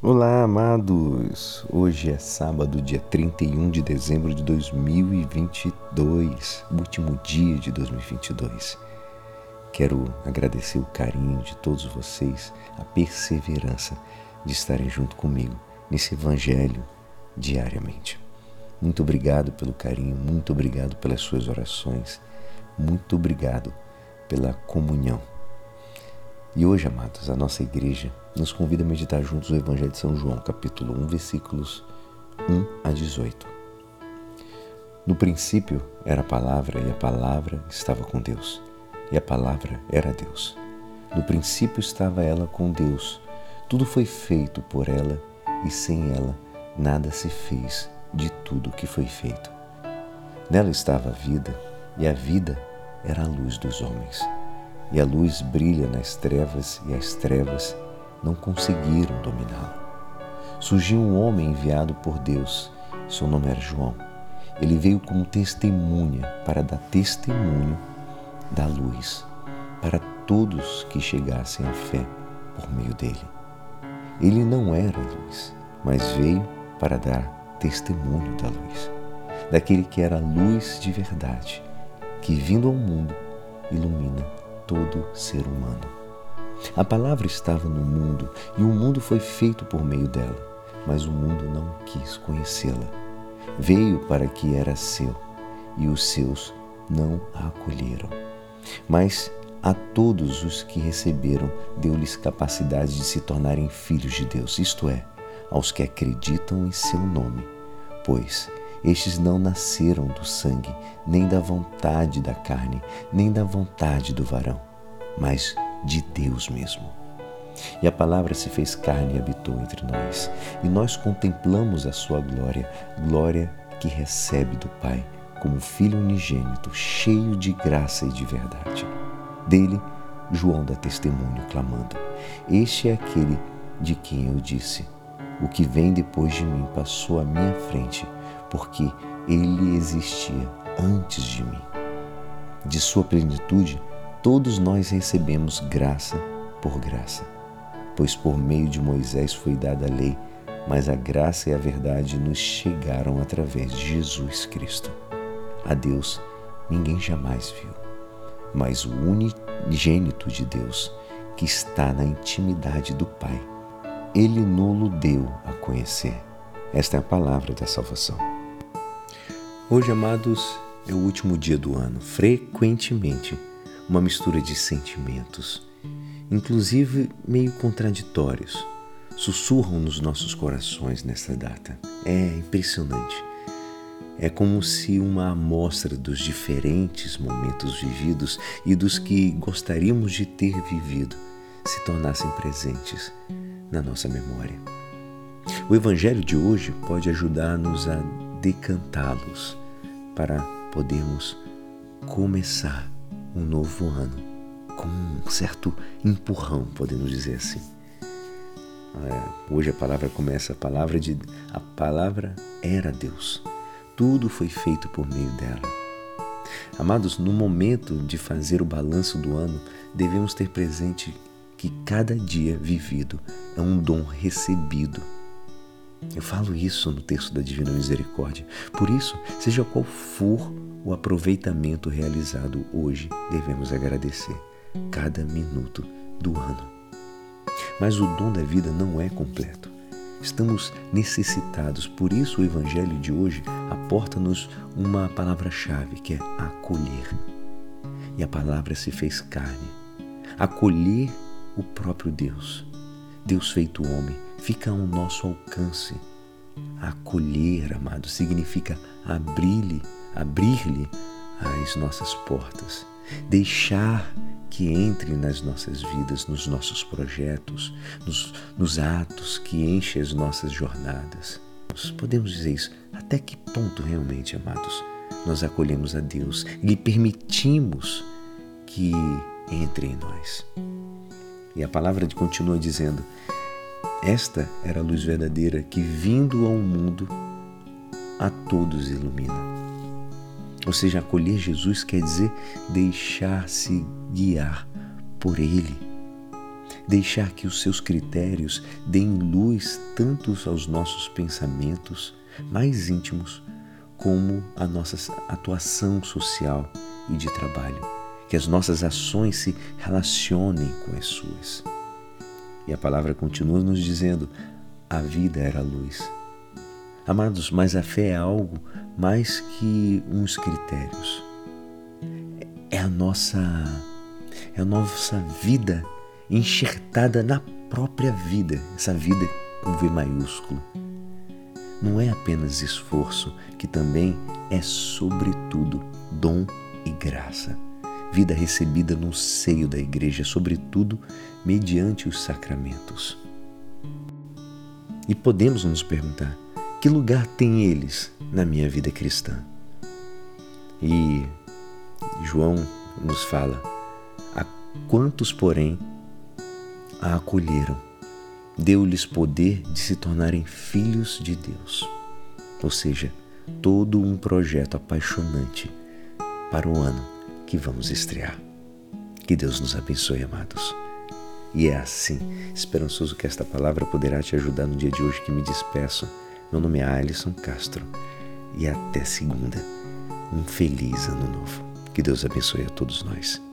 Olá, amados! Hoje é sábado, dia 31 de dezembro de 2022, último dia de 2022. Quero agradecer o carinho de todos vocês, a perseverança de estarem junto comigo nesse evangelho diariamente. Muito obrigado pelo carinho, muito obrigado pelas suas orações, muito obrigado pela comunhão. E hoje, amados, a nossa igreja nos convida a meditar juntos o Evangelho de São João, capítulo 1, versículos 1 a 18. No princípio era a palavra, e a palavra estava com Deus, e a palavra era Deus. No princípio estava ela com Deus. Tudo foi feito por ela, e sem ela nada se fez de tudo que foi feito. Nela estava a vida, e a vida era a luz dos homens. E a luz brilha nas trevas, e as trevas não conseguiram dominá-la. Surgiu um homem enviado por Deus, seu nome era João. Ele veio como testemunha para dar testemunho da luz, para todos que chegassem à fé por meio dele. Ele não era luz, mas veio para dar testemunho da luz, daquele que era a luz de verdade, que vindo ao mundo ilumina todo ser humano. A palavra estava no mundo e o mundo foi feito por meio dela, mas o mundo não quis conhecê-la. Veio para que era seu e os seus não a acolheram. Mas a todos os que receberam, deu-lhes capacidade de se tornarem filhos de Deus, isto é, aos que acreditam em seu nome, pois estes não nasceram do sangue, nem da vontade da carne, nem da vontade do varão, mas de Deus mesmo. E a palavra se fez carne e habitou entre nós, e nós contemplamos a sua glória, glória que recebe do Pai, como Filho unigênito, cheio de graça e de verdade. Dele, João dá testemunho, clamando: Este é aquele de quem eu disse: O que vem depois de mim passou à minha frente, porque ele existia antes de mim. De sua plenitude, todos nós recebemos graça por graça, pois por meio de Moisés foi dada a lei, mas a graça e a verdade nos chegaram através de Jesus Cristo. A Deus ninguém jamais viu, mas o unigênito de Deus, que está na intimidade do Pai, ele nos deu a conhecer. Esta é a palavra da salvação. Hoje, amados, é o último dia do ano. Frequentemente, uma mistura de sentimentos, inclusive meio contraditórios, sussurram nos nossos corações nesta data. É impressionante. É como se uma amostra dos diferentes momentos vividos e dos que gostaríamos de ter vivido se tornassem presentes na nossa memória. O Evangelho de hoje pode ajudar-nos a decantá-los para podermos começar um novo ano com um certo empurrão, podemos dizer assim. Hoje a palavra começa, a palavra era Deus. Tudo foi feito por meio dela. Amados, no momento de fazer o balanço do ano, devemos ter presente que cada dia vivido é um dom recebido. Eu falo isso no texto da Divina Misericórdia. Por isso, seja qual for o aproveitamento realizado hoje, devemos agradecer cada minuto do ano. Mas o dom da vida não é completo. Estamos necessitados, por isso o Evangelho de hoje aporta-nos uma palavra-chave, que é acolher. E a palavra se fez carne. Acolher o próprio Deus. Deus feito homem fica ao nosso alcance. Acolher, amado, significa abrir-lhe as nossas portas, deixar que entre nas nossas vidas, nos nossos projetos, nos atos que enchem as nossas jornadas. Nós podemos dizer isso. Até que ponto realmente, amados, nós acolhemos a Deus e lhe permitimos que entre em nós? E a palavra continua dizendo: esta era a luz verdadeira que, vindo ao mundo, a todos ilumina. Ou seja, acolher Jesus quer dizer deixar-se guiar por Ele. deixar que os seus critérios deem luz tanto aos nossos pensamentos mais íntimos como à nossa atuação social e de trabalho, que as nossas ações se relacionem com as suas. E a palavra continua nos dizendo: a vida era a luz. Amados, mas a fé é algo mais que uns critérios. É a nossa vida enxertada na própria vida, essa vida com V maiúsculo. Não é apenas esforço, que também é, sobretudo, dom e graça. Vida recebida no seio da igreja, sobretudo mediante os sacramentos. E podemos nos perguntar: que lugar têm eles na minha vida cristã? E João nos fala: a quantos, porém, a acolheram, deu-lhes poder de se tornarem filhos de Deus. Ou seja, todo um projeto apaixonante para o ano que vamos estrear. Que Deus nos abençoe, amados. E é assim, esperançoso que esta palavra poderá te ajudar no dia de hoje, que me despeço. Meu nome é Alisson Castro e até segunda. Um feliz ano novo. Que Deus abençoe a todos nós.